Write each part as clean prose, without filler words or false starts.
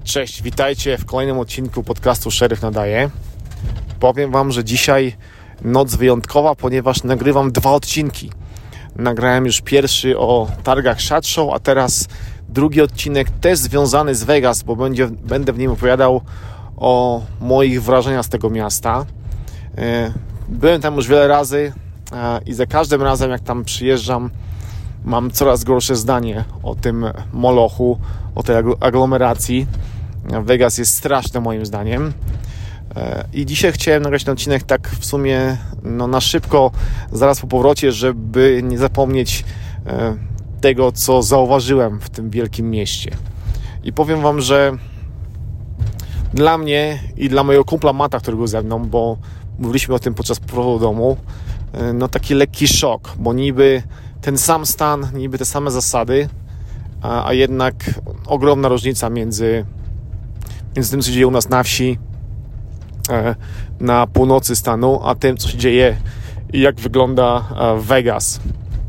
Cześć, witajcie w kolejnym odcinku podcastu Szeryf Nadaje. Powiem wam, że dzisiaj noc wyjątkowa, ponieważ nagrywam 2 odcinki. Nagrałem już pierwszy o targach SHOT Show, a teraz drugi odcinek też związany z Vegas, bo będę w nim opowiadał o moich wrażeniach z tego miasta. Byłem tam już wiele razy i za każdym razem jak tam przyjeżdżam, mam coraz gorsze zdanie o tym molochu, o tej aglomeracji. Vegas jest straszne moim zdaniem. I dzisiaj chciałem nagrać ten odcinek tak w sumie na szybko, zaraz po powrocie, żeby nie zapomnieć tego, co zauważyłem w tym wielkim mieście. I powiem wam, że dla mnie i dla mojego kumpla Mata, który był ze mną, bo mówiliśmy o tym podczas powrotu do domu, taki lekki szok, bo niby ten sam stan, niby te same zasady, a jednak ogromna różnica między tym, co się dzieje u nas na wsi, na północy stanu, a tym, co się dzieje i jak wygląda Vegas.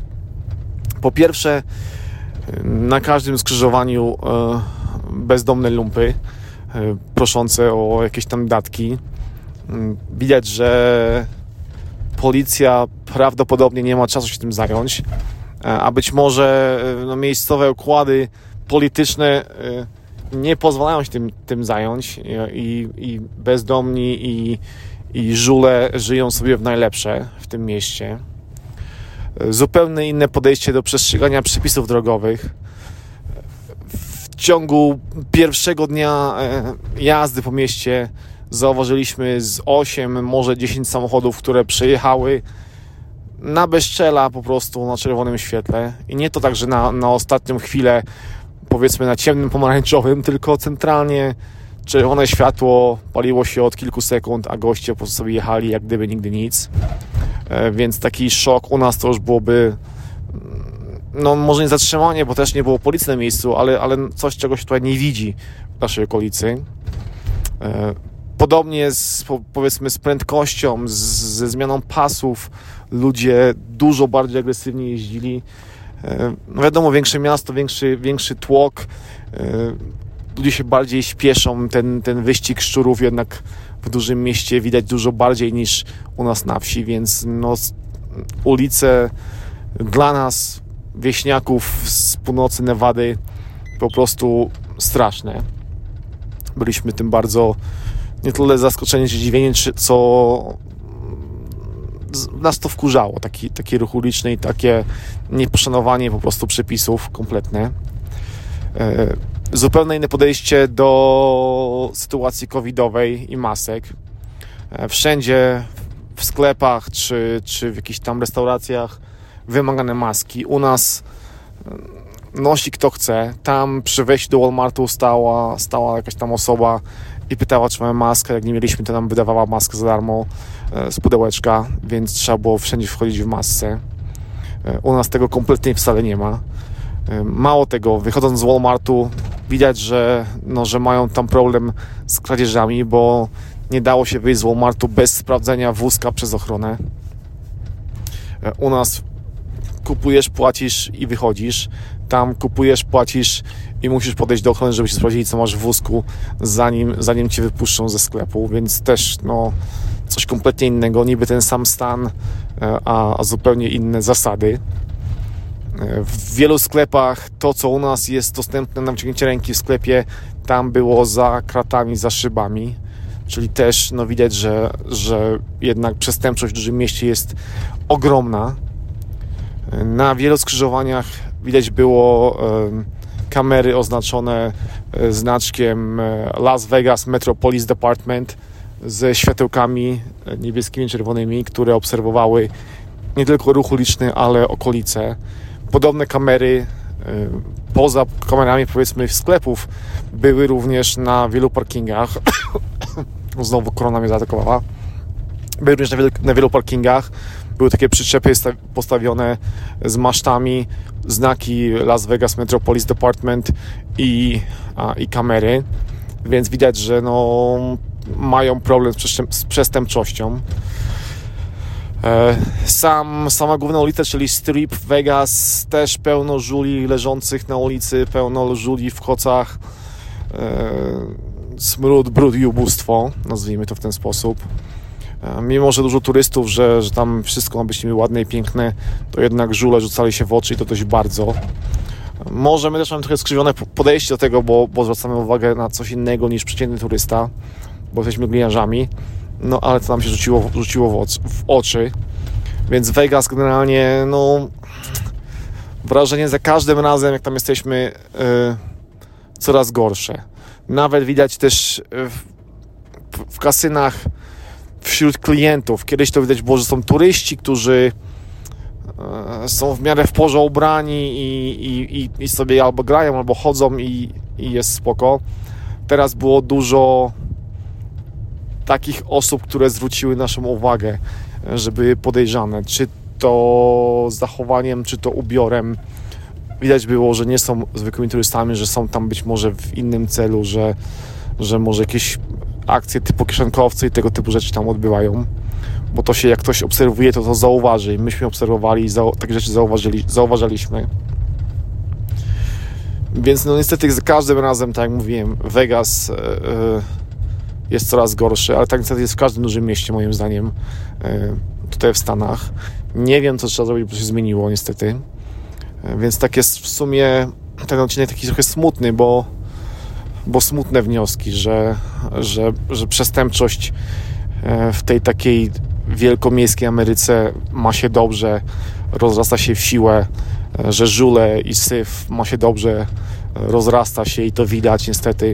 Po pierwsze, na każdym skrzyżowaniu bezdomne lumpy proszące o jakieś tam datki. Widać, że policja prawdopodobnie nie ma czasu się tym zająć, a być może miejscowe układy polityczne nie pozwalają się tym zająć i bezdomni i żule żyją sobie w najlepsze w tym mieście. Zupełnie inne podejście do przestrzegania przepisów drogowych. W ciągu pierwszego dnia jazdy po mieście zauważyliśmy z 8, może 10 samochodów, które przejechały na bezczela po prostu na czerwonym świetle. I nie to tak, że na ostatnią chwilę, powiedzmy na ciemnym pomarańczowym, tylko centralnie czerwone światło paliło się od kilku sekund, a goście po prostu sobie jechali jak gdyby nigdy nic. Więc taki szok u nas to już byłoby może nie zatrzymanie, bo też nie było policji na miejscu, ale coś, czego się tutaj nie widzi w naszej okolicy. Podobnie powiedzmy z prędkością, ze zmianą pasów, ludzie dużo bardziej agresywnie jeździli. Wiadomo, większe miasto, większy tłok, ludzie się bardziej śpieszą, ten wyścig szczurów jednak w dużym mieście widać dużo bardziej niż u nas na wsi, więc ulice dla nas, wieśniaków z północy Nevady, po prostu straszne. Byliśmy tym bardzo nie tyle zaskoczeni czy zdziwieni, co nas to wkurzało, taki ruch uliczny i takie nieposzanowanie po prostu przepisów kompletne. Zupełnie inne podejście do sytuacji covidowej i masek. Wszędzie w sklepach czy w jakichś tam restauracjach wymagane maski. U nas nosi kto chce. Tam przy wejściu do Walmartu stała jakaś tam osoba i pytała, czy mamy maskę. Jak nie mieliśmy, to nam wydawała maskę za darmo z pudełeczka, więc trzeba było wszędzie wchodzić w masce. U nas tego kompletnie wcale nie ma. Mało tego, wychodząc z Walmartu widać, że mają tam problem z kradzieżami, bo nie dało się wyjść z Walmartu bez sprawdzenia wózka przez ochronę. U nas kupujesz, płacisz i wychodzisz. Tam kupujesz, płacisz i musisz podejść do ochrony, żeby się sprawdzili, co masz w wózku, zanim cię wypuszczą ze sklepu, więc też coś kompletnie innego, niby ten sam stan, a zupełnie inne zasady. W wielu sklepach to, co u nas jest dostępne na wyciągnięcie ręki w sklepie, tam było za kratami, za szybami, czyli też widać, że jednak przestępczość w dużym mieście jest ogromna. Na wielu skrzyżowaniach widać było kamery oznaczone znaczkiem Las Vegas Metropolis Department ze światełkami niebieskimi, czerwonymi, które obserwowały nie tylko ruch uliczny, ale okolice. Podobne kamery poza kamerami, powiedzmy, sklepów były również na wielu parkingach. Znowu korona mnie zaatakowała. Były również na wielu parkingach. Były takie przyczepy postawione z masztami, znaki Las Vegas Metropolis Department i kamery, więc widać, że mają problem z przestępczością. Sama główna ulica, czyli Strip Vegas, też pełno żuli leżących na ulicy, pełno żuli w kocach. smród, brud i ubóstwo, nazwijmy to w ten sposób. Mimo że dużo turystów, że tam wszystko ma być niby ładne i piękne, to jednak żule rzucali się w oczy i to dość bardzo. Może my też mamy trochę skrzywione podejście do tego, bo zwracamy uwagę na coś innego niż przeciętny turysta, bo jesteśmy gliniarzami, no ale to nam się rzuciło w oczy. Więc Vegas generalnie, no wrażenie za każdym razem, jak tam jesteśmy, coraz gorsze. Nawet widać też w kasynach wśród klientów. Kiedyś to widać było, że są turyści, którzy są w miarę w porze ubrani i sobie albo grają, albo chodzą i jest spoko. Teraz było dużo takich osób, które zwróciły naszą uwagę, że były podejrzane, czy to zachowaniem, czy to ubiorem. Widać było, że nie są zwykłymi turystami, że są tam być może w innym celu, że może jakieś akcje typu kieszonkowcy i tego typu rzeczy tam odbywają, bo to się, jak ktoś obserwuje, to zauważy i myśmy obserwowali i takie rzeczy zauważaliśmy. Więc no niestety za każdym razem, tak jak mówiłem, Vegas jest coraz gorszy, ale tak niestety jest w każdym dużym mieście, moim zdaniem, tutaj w Stanach. Nie wiem, co trzeba zrobić, bo się zmieniło niestety. Więc tak jest w sumie ten odcinek taki trochę smutny, bo smutne wnioski, że przestępczość w tej takiej wielkomiejskiej Ameryce ma się dobrze, rozrasta się w siłę, że żule i syf ma się dobrze, rozrasta się i to widać niestety.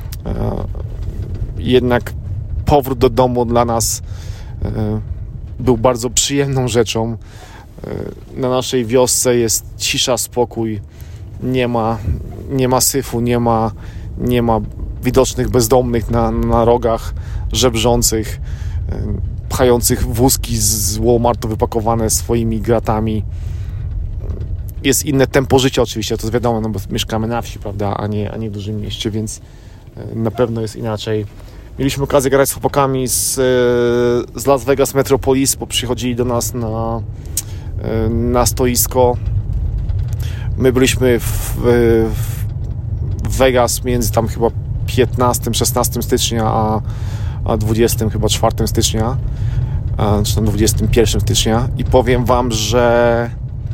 Jednak powrót do domu dla nas był bardzo przyjemną rzeczą. Na naszej wiosce jest cisza, spokój, nie ma syfu, nie ma widocznych bezdomnych na rogach, żebrzących, pchających wózki z Walmartu wypakowane swoimi gratami. Jest inne tempo życia oczywiście, to jest wiadomo, no bo mieszkamy na wsi, prawda, a nie w dużym mieście, więc na pewno jest inaczej. Mieliśmy okazję grać z chłopakami z Las Vegas Metropolis, bo przychodzili do nas na stoisko. My byliśmy w Vegas między tam chyba 15-16 stycznia a 24 stycznia, czy tam 21 stycznia i powiem wam, że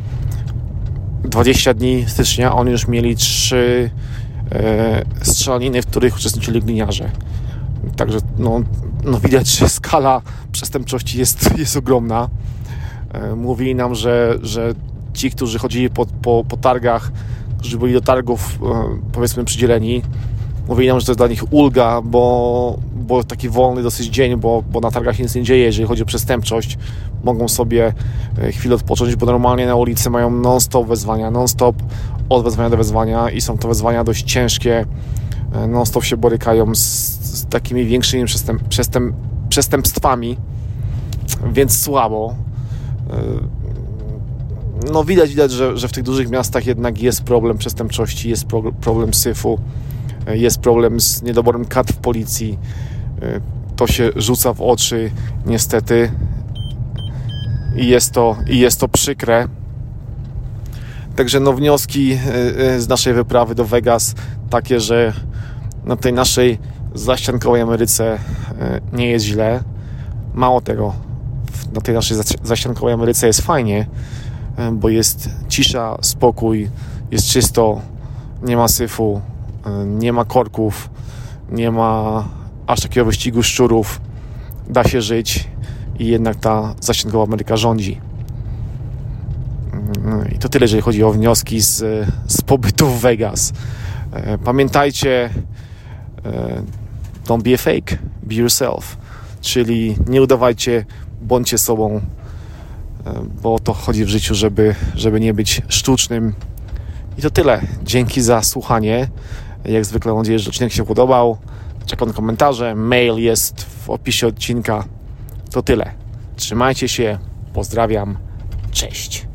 20 dni stycznia oni już mieli 3 strzelaniny, w których uczestniczyli gliniarze. Także no widać, że skala przestępczości jest ogromna. Mówili nam, że ci, którzy chodzili po targach, którzy byli do targów powiedzmy przydzieleni, mówili nam, że to jest dla nich ulga, bo taki wolny dosyć dzień, bo na targach nic nie dzieje, jeżeli chodzi o przestępczość. Mogą sobie chwilę odpocząć, bo normalnie na ulicy mają non-stop wezwania, non-stop od wezwania do wezwania i są to wezwania dość ciężkie. Non-stop się borykają z takimi większymi przestępstwami, więc słabo. No widać, że w tych dużych miastach jednak jest problem przestępczości, jest problem syfu, jest problem z niedoborem kadr w policji. To się rzuca w oczy niestety i jest to przykre. Także no wnioski z naszej wyprawy do Vegas takie, że na tej naszej zaściankowej Ameryce nie jest źle. Mało tego, na tej naszej zaściankowej Ameryce jest fajnie, bo jest cisza, spokój, jest czysto, nie ma syfu, nie ma korków, nie ma aż takiego wyścigu szczurów, da się żyć i jednak ta zaściankowa Ameryka rządzi. I to tyle, jeżeli chodzi o wnioski z pobytu w Vegas. Pamiętajcie, don't be a fake, be yourself, czyli nie udawajcie, bądźcie sobą, bo o to chodzi w życiu, żeby nie być sztucznym. I to tyle. Dzięki za słuchanie. Jak zwykle mam nadzieję, że odcinek się podobał. Czekam na komentarze. Mail jest w opisie odcinka. To tyle. Trzymajcie się. Pozdrawiam. Cześć.